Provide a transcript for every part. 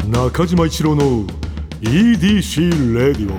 中島一郎の EDC レディオ。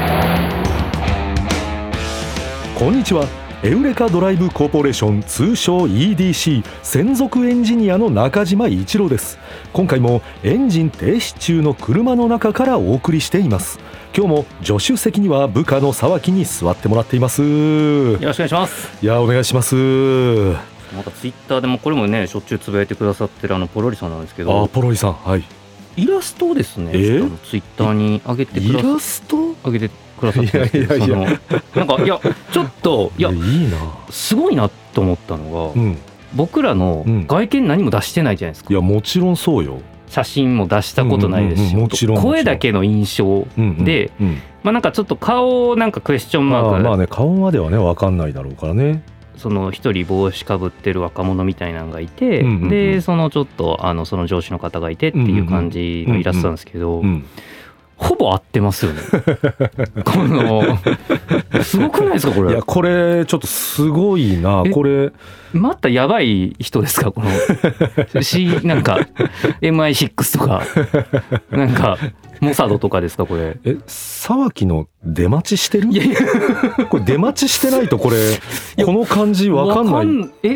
こんにちは。エウレカドライブコーポレーション、通称 EDC 専属エンジニアの中島一郎です。今回もエンジン停止中の車の中からお送りしています。今日も助手席には部下の沢木に座ってもらっています。 よろしくお願いします。 いや、お願いします。 なんかツイッターでもこれもねしょっちゅうつぶやいてくださってるポロリさんなんですけど、 ポロリさん、はい、 イラストをですね、ツイッターに上げてくださイラスト上げてくださってるんですけど、なんかちょっといいな、すごいなと思ったのが、僕らの外見何も出してないじゃないですか。 いや、もちろんそうよ。 写真も出したことないですし、 もちろん声だけの印象で、なんかちょっと顔なんかクエスチョンマーク、 まあね、顔まではね分かんないだろうからね。 その一人帽子かぶってる若者みたいなのがいて、でそのちょっとその上司の方がいてっていう感じのイラストなんですけど、ほぼ合ってますよね。このすごくないですかこれ。 いや、これちょっとすごいな。これまたやばい人ですかこのなんか MI6 とかなんかモサドとかですかこれ。 沢木の出待ちしてる？ いやいやこれ出待ちしてないとこれこの感じわかんない。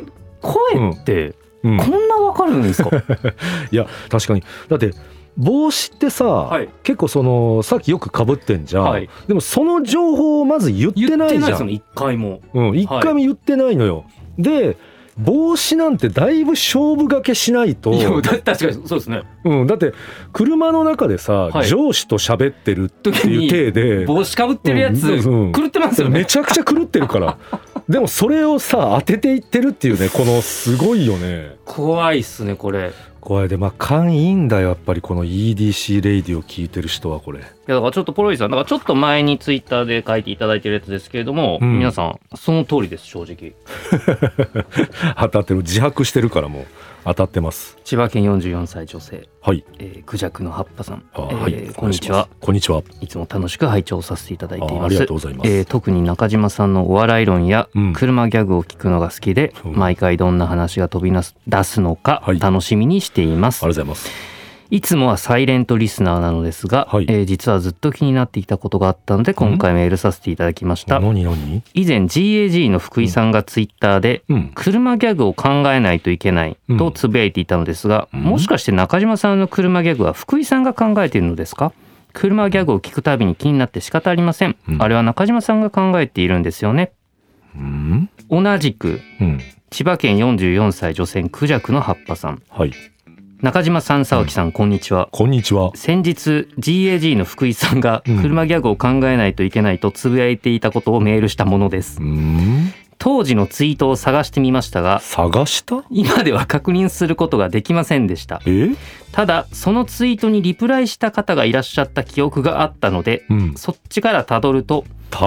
声ってこんなわかるんですか？ いや、確かに。だって帽子ってさ、結構そのさっきよく被ってんじゃん、でもその情報をまず言ってないじゃん。言ってないですよね、一回も。一回も言ってないのよ。で帽子なんてだいぶ勝負掛けしないと。いや、 確かにそうですね。 だって車の中でさ、上司と喋ってるっていう体で帽子かぶってるやつ、狂ってますよね。 めちゃくちゃ狂ってるからでもそれをさ当てていってるっていうね、このすごいよね。 怖いっすねこれ。 怖い。で勘いいんだよやっぱりこの EDC レイディを聞いてる人は。これ、いやだからちょっとポロリさん、だからちょっと前にツイッターで書いていただいてるやつですけれども、皆さんその通りです。正直当たってる。自白してるからもう当たってます。 千葉県44歳女性、クジャクの葉っぱさん、こんにちは。 こんにちは。 いつも楽しく拝聴させていただいています。 ありがとうございます。 特に中島さんのお笑い論や車ギャグを聞くのが好きで、毎回どんな話が飛び出すのか楽しみにしています。 ありがとうございます。 いつもはサイレントリスナーなのですが、実はずっと気になっていたことがあったので今回メールさせていただきました。 何？ 以前 GAG の福井さんがツイッターで、車ギャグを考えないといけないとつぶやいていたのですが、もしかして中島さんの車ギャグは福井さんが考えているのですか？車ギャグを聞くたびに気になって仕方ありません。あれは中島さんが考えているんですよね。同じく、千葉県44歳女性クジャクの葉っぱさん、中島さん、沢木さん、こんにちは。 こんにちは。 先日 GAG の福井さんが車ギャグを考えないといけないとつぶやいていたことをメールしたものです。当時のツイートを探してみましたが、今では確認することができませんでした。ただそのツイートにリプライした方がいらっしゃった記憶があったので、そっちからたどると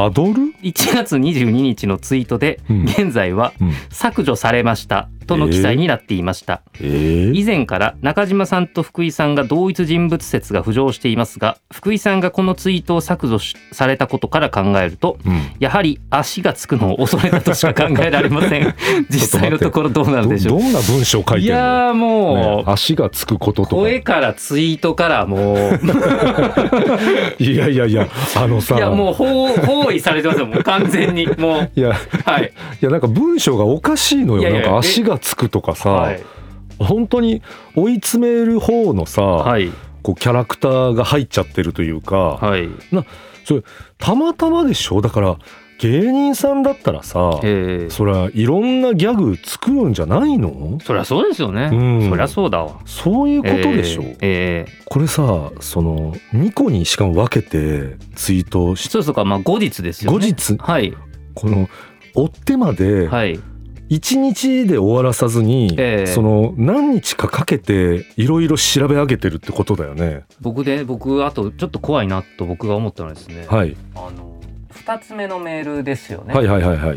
1月22日のツイートで、現在は削除されましたとの記載になっていました。以前から中島さんと福井さんが同一人物説が浮上していますが、福井さんがこのツイートを削除されたことから考えると、やはり足がつくのを恐れたとしか考えられません。実際のところどうなんでしょう。 どんな文章書いてるの？いやもう、 足がつくこととか、 声からツイートからもういやさ、 いやもう包囲されてますよ、もう完全に。もういやなんか文章がおかしいのよ。なんか足がつくとかさ、本当に追い詰める方のさ、こうキャラクターが入っちゃってるというか、それたまたまでしょ。だから芸人さんだったらさ、そりゃいろんなギャグ作るんじゃないの？ そりゃそうですよね、そりゃそうだわ。 そういうことでしょ、これさ、その2個にしかも分けてツイートして、 そうか、後日ですよね。 後日、この追ってまで、1日で終わらさずに、その何日かかけていろいろ調べ上げてるってことだよね。 僕あとちょっと怖いなと僕が思ったのはですね、2つ目のメールですよね。まだ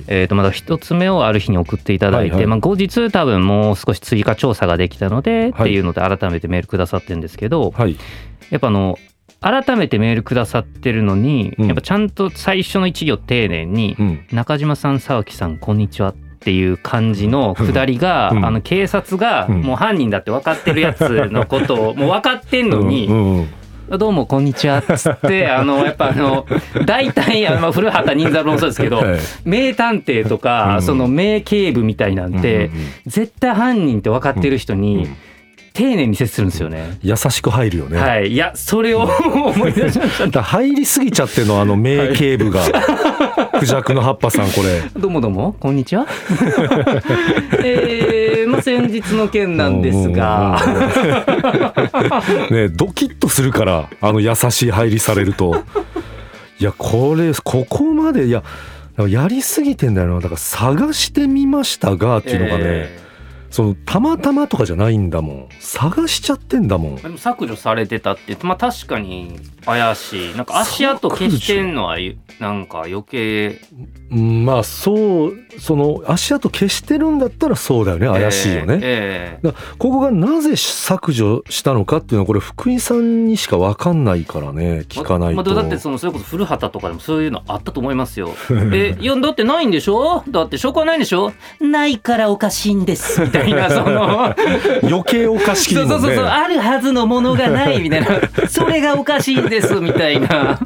1つ目をある日に送っていただいて、後日多分もう少し追加調査ができたので、っていうので改めてメールくださってるんですけど、やっぱ改めてメールくださってるのに、やっぱちゃんと最初の一行丁寧に、中島さん、沢木さん、こんにちはっっていう感じのくだりが、警察がもう犯人だって分かってるやつのことをもう分かってんのに、どうもこんにちはっつってやっぱ大体古畑任三郎もそうですけど、名探偵とかその名警部みたいなんて絶対犯人って分かってる人に丁寧に接するんですよね。 優しく入るよね。 はい、いやそれを思い出しました。 入りすぎちゃっての名警部が、クジャクの葉っぱさん、これどうもどうもこんにちは。先日の件なんですがね、ドキッとするから優しい入りされると、いやここまでやりすぎてんだよな。だから探してみましたがっていうのがね、たまたまとかじゃないんだもん。探しちゃってんだもん。 でも削除されてたって、確かに怪しい。なんか足跡消してんのはなんか余計、 足跡消してるんだったらそうだよね、怪しいよね。だからここがなぜ削除したのかっていうのはこれ福井さんにしか分かんないからね、聞かないと。 だってそれこそ古畑とかでもそういうのあったと思いますよ。いやだってないんでしょ、だって証拠はないんでしょ、ないからおかしいんですみたいな余計おかしいもんね。 そうあるはずのものがないみたいな、それがおかしいんですみたいな。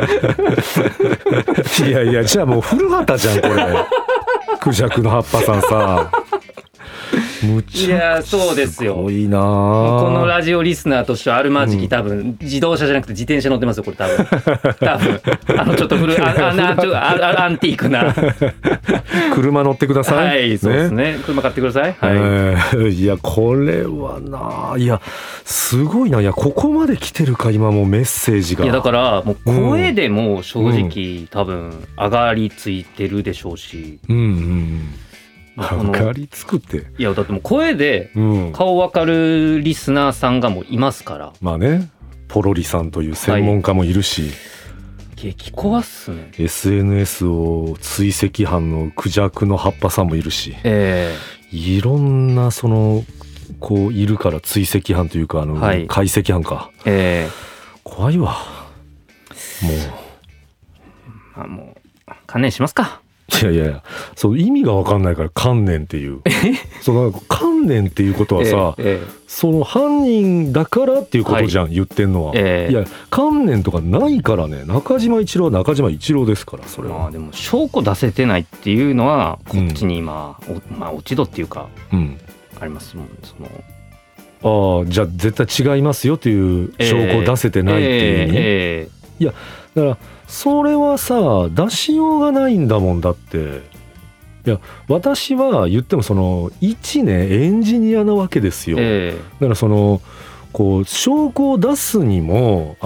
いやいや、じゃあもう古畑じゃんこれ。クジャクの葉っぱさんさ。 いやそうですよ。 すごいな。 このラジオリスナーとしてはあるまじき多分自動車じゃなくて自転車乗ってますよこれ多分ちょっと古いアンティークな車乗ってください。 はい、そうですね。車買ってください。 はい。いやこれはな、いやすごいな。いやここまで来てるか今もうメッセージが。 いやだからもう声でも正直、多分上がりついてるでしょうし。 上がりつくって。 いやだってもう声で顔分かるリスナーさんがもういますから。 まあね、ポロリさんという専門家もいるし、 激怖っすね。 SNS を追跡班のクジャクの葉っぱさんもいるし、いろんなこういるから追跡班というか解析班か、怖いわ。 もう観念しますか。 いや意味が分かんないから観念っていう観念っていうことはさ、犯人だからっていうことじゃん、言ってんのは。いや観念とかないからね。中島一郎は中島一郎ですから。それはでも証拠出せてないっていうのはこっちに今、落ち度っていうか、ありますもん。 じゃあ絶対違いますよという証拠を出せてないっていうね。いやだからそれはさ出しようがないんだもん。だっていや私は言っても一ねエンジニアなわけですよ。だからこう証拠を出すにも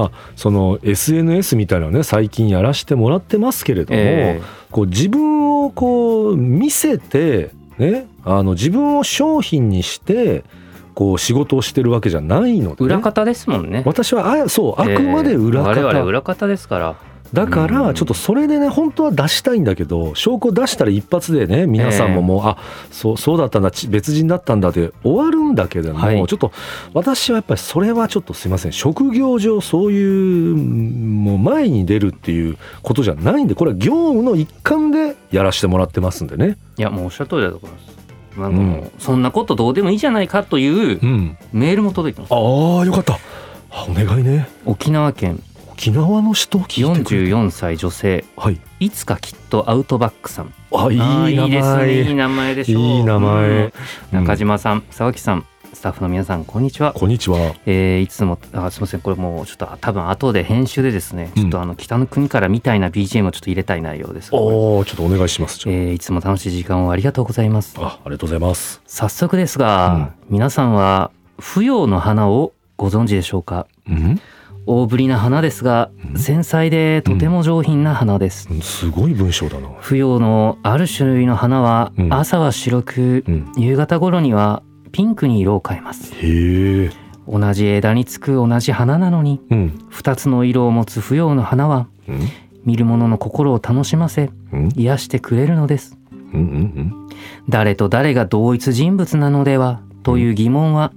SNS みたいなのね最近やらしてもらってますけれども、こう自分をこう見せてね、自分を商品にしてこう仕事をしてるわけじゃないので、ね、 裏方ですもんね。 私はあくまで裏方、 我々裏方ですから。 だからちょっとそれでね本当は出したいんだけど、証拠出したら一発でね皆さんももうそうだったんだ別人だったんだで終わるんだけども、ちょっと私はやっぱりそれはちょっとすいません、職業上そういうもう前に出るっていうことじゃないんで、これは業務の一環でやらせてもらってますんでね。 いやもうおっしゃる通りだと思います。なんかもうそんなことどうでもいいじゃないかというメールも届いてます。 よかった。お願いね。 沖縄県沖縄の人聞いてくれて 44歳女性、いつかきっとアウトバックさん。 いい名前。 いいですね。いい名前でしょう。 いい名前。 中島さん、沢木さん、スタッフの皆さんこんにちは。 こんにちは。 いつもすみません、これもうちょっと多分後で編集でですね、ちょっと北の国からみたいな BGM をちょっと入れたい内容です。ちょっとお願いします。いつも楽しい時間をありがとうございます。 ありがとうございます。 早速ですが、皆さんは芙蓉の花をご存知でしょうか。大ぶりな花ですが繊細でとても上品な花です。 すごい文章だな。 芙蓉のある種類の花は朝は白く、夕方頃にはピンクに色を変えます。同じ枝につく同じ花なのに、2つの色を持つ芙蓉の花は、見る者の心を楽しませ、癒してくれるのです。誰と誰が同一人物なのではという疑問は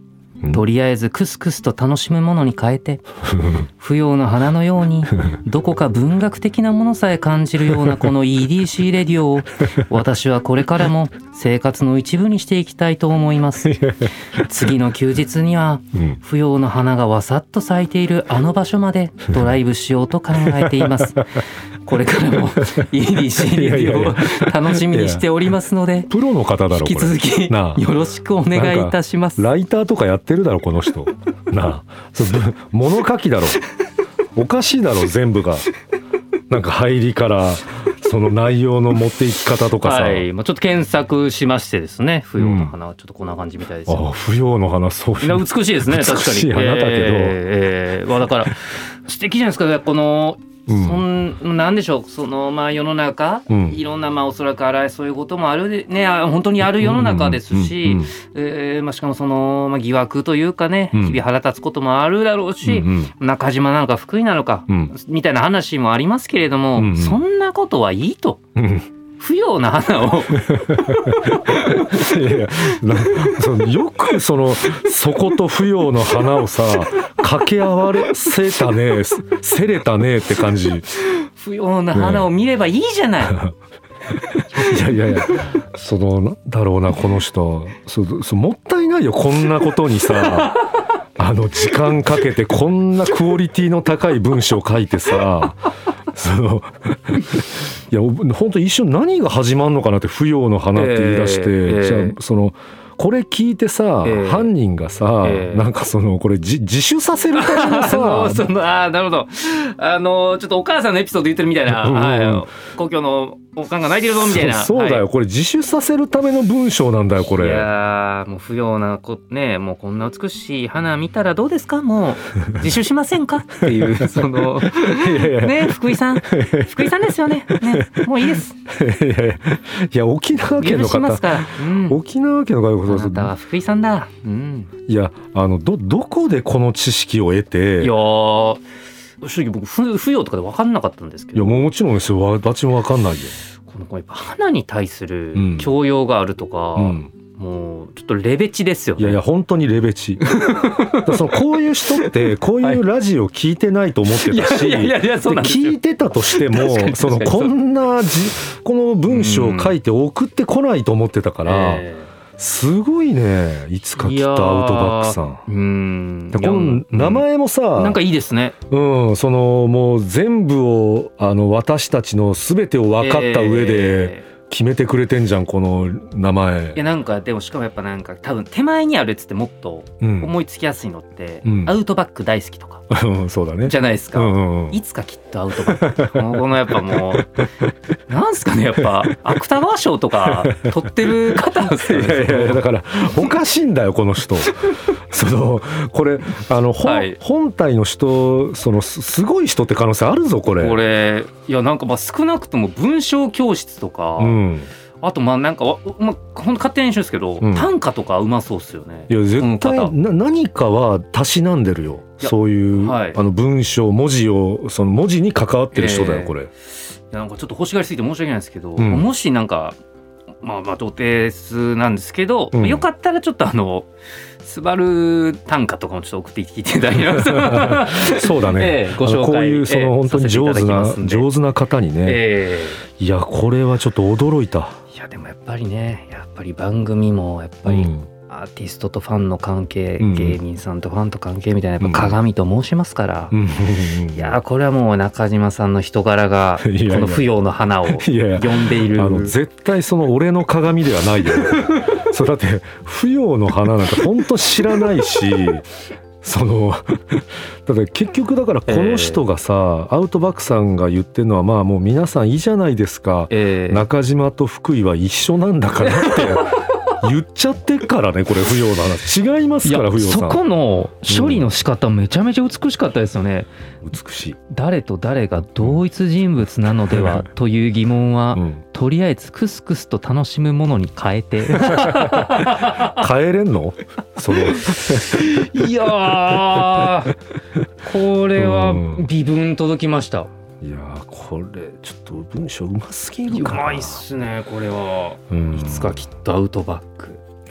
とりあえずクスクスと楽しむものに変えて不要の花のようにどこか文学的なものさえ感じるようなこの EDC レディオを私はこれからも生活の一部にしていきたいと思います。次の休日には不要の花がわさっと咲いているあの場所までドライブしようと考えています。これからも EDC レディオを楽しみにしておりますので、 プロの方だろ、 引き続きよろしくお願いいたします。 ライターとかやってるだろこの人なあ、物書きだろ、おかしいだろ全部が。なんか入りからその内容の持っていき方とかさ、 はい、ちょっと検索しましてですね、不要の花はちょっとこんな感じみたいですよ、 あ、不要の花、そういう美しいですね、確かに美しい花だけど、 だから素敵じゃないですか、このなんでしょう、その世の中、いろんなおそらくそういうこともあるね、本当にある世の中ですし、しかもその疑惑というかね、日々腹立つこともあるだろうし、中島なのか福井なのか、みたいな話もありますけれども、そんなことはいいと。不要な花をいやいや、よくそこと不要の花をさ掛け合わせたね、せれたねって感じ。 不要な花を見ればいいじゃない、 いやなんだろうな、この人もったいないよ、こんなことにさ時間かけてこんなクオリティの高い文章書いてさいや本当一瞬何が始まるのかなって、不要の花って言い出して、じゃあこれ聞いてさ、犯人がさ、なんかこれ自首させるためのさなるほど、ちょっとお母さんのエピソード言ってるみたいな、故郷のおかんが泣いてるぞみたいな。 そうだよ、これ自首させるための文章なんだよこれ。 いやもう不要なね、もうこんな美しい花見たらどうですか、もう自首しませんかっていうね、福井さんですよね、もういいです。 いや沖縄県の方、沖縄県の方、 あなたは福井さんだ。 いやどこでこの知識を得て。 いや正直僕不要とかで分かんなかったんですけど。 いやもちろんですよ、私も分かんないよ。 やっぱ花に対する教養があるとか、もうちょっとレベチですよね。 いや本当にレベチこういう人ってこういうラジオ聞いてないと思ってたし、聞いてたとしてもこんなこの文章を書いて送ってこないと思ってたから、すごいね、いつかきっとアウトバックさん。この名前もさ、 なんかいいですね。 もう全部を私たちの全てを分かった上で決めてくれてんじゃん、この名前。 いやなんかでもしかもやっぱなんか多分手前にあるやつってもっと思いつきやすいのって、アウトバック大好きとかそうだね、 じゃないですか、いつかきっとアウトバックこのやっぱもうなんすかね、やっぱ芥川賞とか取ってる方なんですよね。 いやだからおかしいんだよこの人これ本体の人すごい人って可能性あるぞこれ。 いやなんか少なくとも文章教室とか、あとなんかほんと勝手に一緒ですけど、短歌とかうまそうっすよね。 いや絶対何かはたしなんでるよ、そういう文章文字を文字に関わってる人だよこれ。 なんかちょっと欲しがりすぎて申し訳ないですけど、もしなんかドテスなんですけど、よかったらちょっとスバル短歌とかもちょっと送ってきていただきます。 そうだね、 ご紹介こういう本当に上手な方にね、いやこれはちょっと驚いた。 いやでもやっぱりね、番組もやっぱり、アーティストとファンの関係、芸人さんとファンと関係みたいなやっぱ鏡と申しますから、いやこれはもう中島さんの人柄がこの不要の花を呼んでいる。 絶対俺の鏡ではないよだって不要の花なんて本当知らないしだって結局だからこの人がさ、アウトバックさんが言ってるのはもう皆さんいいじゃないですか、中島と福井は一緒なんだからって言っちゃってっからね、これ不要な話違いますから。不要さんそこの処理の仕方めちゃめちゃ美しかったですよね。 美しい。誰と誰が同一人物なのではという疑問は、とりあえずクスクスと楽しむものに変えて変えれんのいやこれは微分届きました。 いやこれちょっと文章うますぎるかな。 うまいっすねこれは、いつかきっとアウトバック。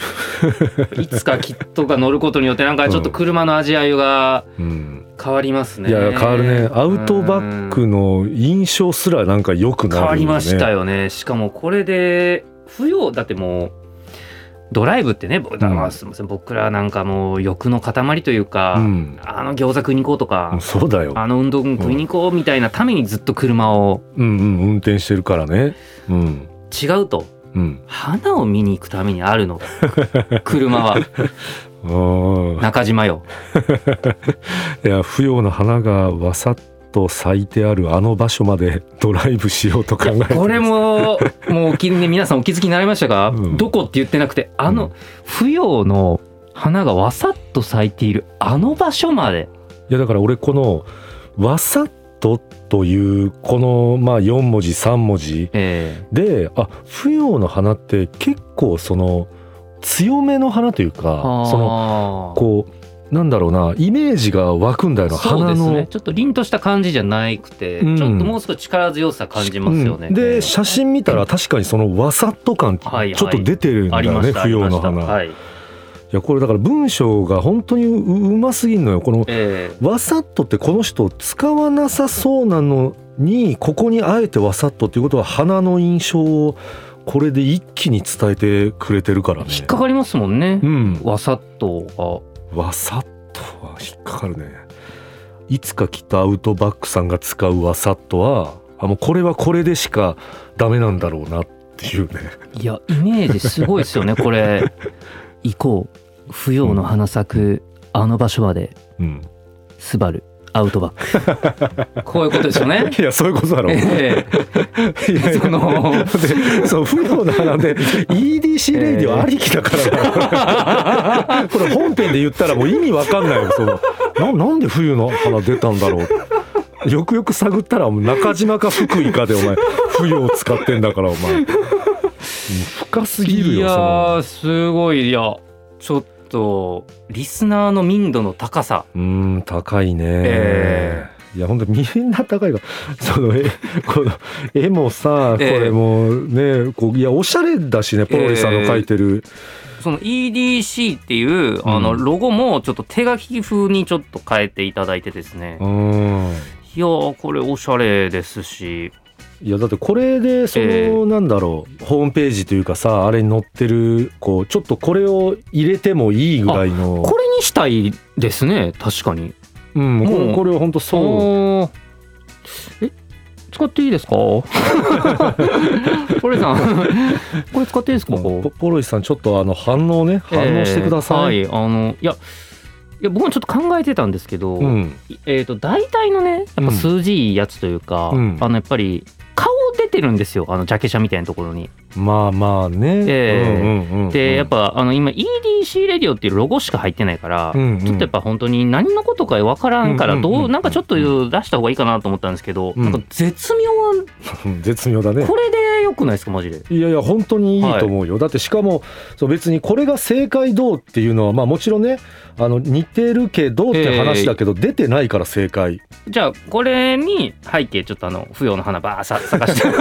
いつかきっとが乗ることによってなんかちょっと車の味わいが変わりますね、 いや変わるね。アウトバックの印象すらなんか良くなるよね。 変わりましたよね。しかもこれで不要だってもうドライブってね、すみません、僕らなんかもう欲の塊というか、餃子食いに行こうとか、 そうだよ、 運動食いに行こうみたいなためにずっと車を、 運転してるからね、 違うと、花を見に行くためにあるの車は中島よいや不要な花がわさっと咲いてあるあの場所までドライブしようと考えて、 これもう皆さんお気づきになりましたか、どこって言ってなくて不要の花がわさっと咲いているあの場所まで。 いやだから俺このわさっとというこの4文字3文字で、不要の花って結構その強めの花というか、そのこうなんだろうな、イメージが湧くんだよな。 そうですね、ちょっと凛とした感じじゃなくて、ちょっともう少し力強さ感じますよね、 で写真見たら確かにそのわさっと感ちょっと出てるんだよね、不要の花、いやこれだから文章が本当にうますぎんのよ。このわさっとってこの人使わなさそうなのに、ここにあえてわさっとっていうことは花の印象をこれで一気に伝えてくれてるからね。 引っかかりますもんね、わさっとが。 わさっとは引っかかるね。いつかきっとアウトバックさんが使うわさっとはもうこれはこれでしかダメなんだろうなっていうね。 いやイメージすごいですよねこれ行こう不要の花咲くあの場所まで、スバルアウトバックこういうことですよね。 いやそういうことだろう、そう不要な花で EDC レディオありきだからこれ本編で言ったらもう意味わかんないよ。なんで冬の花出たんだろう、よくよく探ったら中島か福井かでお前冬を使ってんだからお前深すぎるよ。 いやすごい。いやちょっとリスナーの民度の高さ、 高いね、いや本当みんな高いがこの絵もさ、これもねいやおしゃれだしね、ポロリさんの描いてる、 その EDC っていうロゴもちょっと手書き風にちょっと変えていただいてですね、いやこれおしゃれですし、 いやだってこれでなんだろう、ホームページというかさ、あれに載ってるちょっとこれを入れてもいいぐらいの、 これにしたいですね。確かに、 これは本当そう。 使っていいですかポロイさんこれ使っていいですか。 ポロイさんちょっと反応してください。 いや僕もちょっと考えてたんですけど、大体のねやっぱ数字いいやつというか、やっぱり顔出てるんですよ、ジャケ写みたいなところに。 まあね、 でやっぱ今 EDC レディオっていうロゴしか入ってないから、ちょっとやっぱ本当に何のことか分からんから、なんかちょっと出した方がいいかなと思ったんですけど、なんか絶妙だね。 これでよくないですかマジで。 いや本当にいいと思うよ、だってしかも別にこれが正解どうっていうのはもちろんね似てるけどって話だけど、出てないから正解。 じゃあこれに背景ちょっと不要の花バー咲かして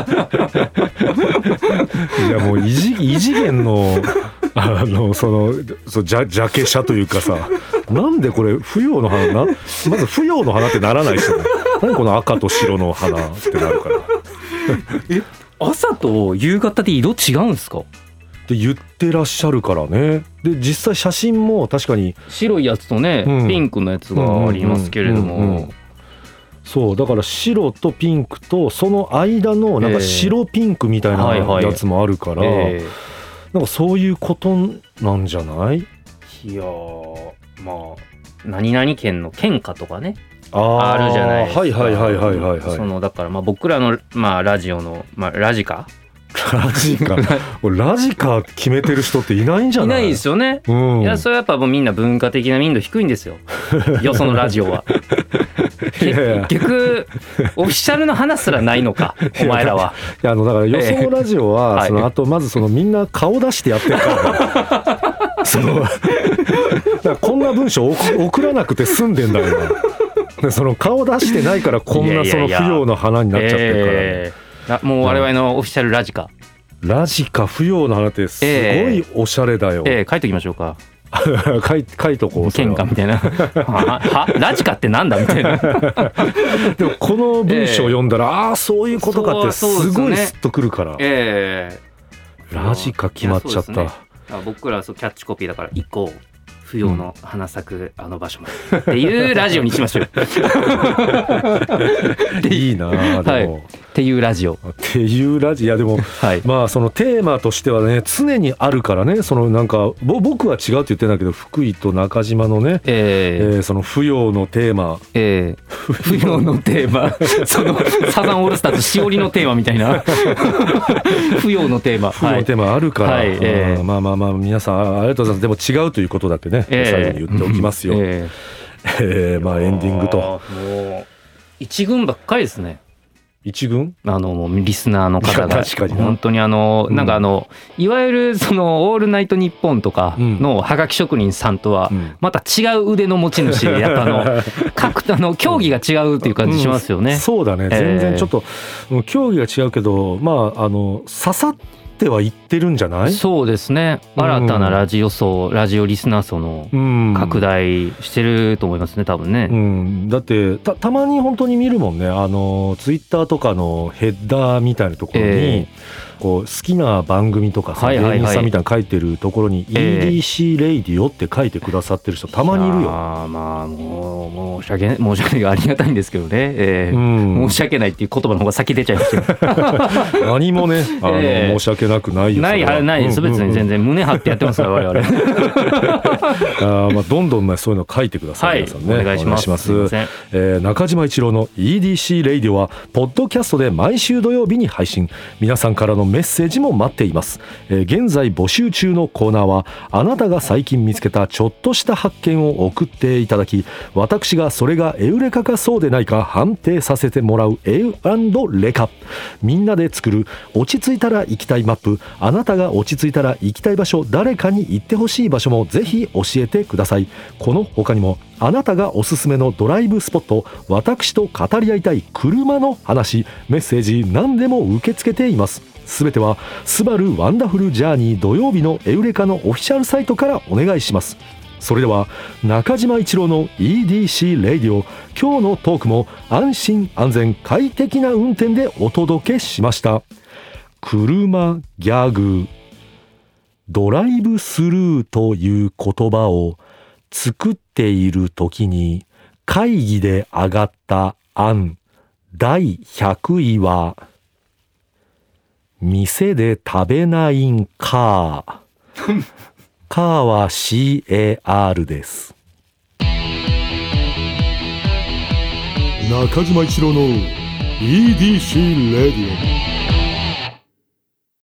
いやもう異次元のジャケ写というかさ、なんでこれ不要の花まず不要の花ってならないし、ね、何この赤と白の花ってなるから朝と夕方で色違うんですかって言ってらっしゃるからね。で実際写真も確かに白いやつとね、ピンクのやつがありますけれども、 そうだから白とピンクとその間のなんか白ピンクみたいなやつもあるから、なんかそういうことなんじゃない？ いや何々県の県歌とかねあるじゃないですか。はいだから僕らのラジオのラジカラジカ決めてる人っていないんじゃない？ いないですよね、いやそれやっぱみんな文化的な民度低いんですよよそのラジオは結局オフィシャルの話すらないのかお前らは。 いやだからよそのラジオは、あとまずみんな顔出してやってるからだからこんな文章送らなくて済んでんだよなその顔出してないからこんな不要な花になっちゃってるから、 もう我々のオフィシャルラジカ、 ラジカ不要の花ってすごいおしゃれだよ。 書いときましょうか。 書いとこう。 喧嘩みたいなはラジカってなんだみたいなでもこの文章を読んだら、そういうことかってすごいスッとくるから、ラジカ決まっちゃった、ね、 僕らキャッチコピーだから行こう不要の花咲くあの場所までっていうラジオにしましょういいなでも、 っていうラジオいやでも、まあそのテーマとしてはね常にあるからね、そのなんか僕は違うって言ってんだけど、福井と中島のね、その不要のテーマ、 不要のテーマそのサザンオールスターズしおりのテーマみたいな不要のテーマあるから、まあ皆さんありがとうございます。でも違うということだけね、最後に言っておきますよ。まあエンディングともう一軍ばっかりですね。 一軍もうリスナーの方が確かに本当になんかいわゆるそのオールナイトニッポンとかのハガキ職人さんとはまた違う腕の持ち主で、やっぱ各競技が違うっていう感じしますよね。 そうだね、全然ちょっと競技が違うけど、まあ刺さっては言ってるんじゃない？ そうですね、新たなラジオリスナー層の拡大してると思いますね、多分ね。 だってたまに本当に見るもんね、ツイッターとかのヘッダーみたいなところに、こう好きな番組とかさ、芸人さんみたいな書いてるところに EDC レイディオって書いてくださってる人たまにいるよ。 まあもう申し訳ないがありがたいんですけどね、申し訳ないっていう言葉の方が先出ちゃいますよ何もね申し訳なくないよ。 ないです、別に全然胸張ってやってますから我々 まあどんどんねそういうの書いてください、皆さんね、 お願いします。 中島一郎の EDC レイディオはポッドキャストで毎週土曜日に配信。皆さんからのメッセージも待っています。現在募集中のコーナーは、あなたが最近見つけたちょっとした発見を送っていただき、私がそれがエウレカかそうでないか判定させてもらうエウ&レカ。みんなで作る落ち着いたら行きたいマップ。あなたが落ち着いたら行きたい場所、誰かに行ってほしい場所もぜひ教えてください。この他にもあなたがおすすめのドライブスポット、私と語り合いたい車の話、メッセージ何でも受け付けています。すべてはスバルワンダフルジャーニー土曜日のエウレカのオフィシャルサイトからお願いします。それでは中島一郎の EDC レイディオ、今日のトークも安心安全快適な運転でお届けしました。車ギャグ、ドライブスルーという言葉を作っている時に会議で上がった案第100位は、店で食べないんかカーは CAR です。 中島一郎の EDC レディオ。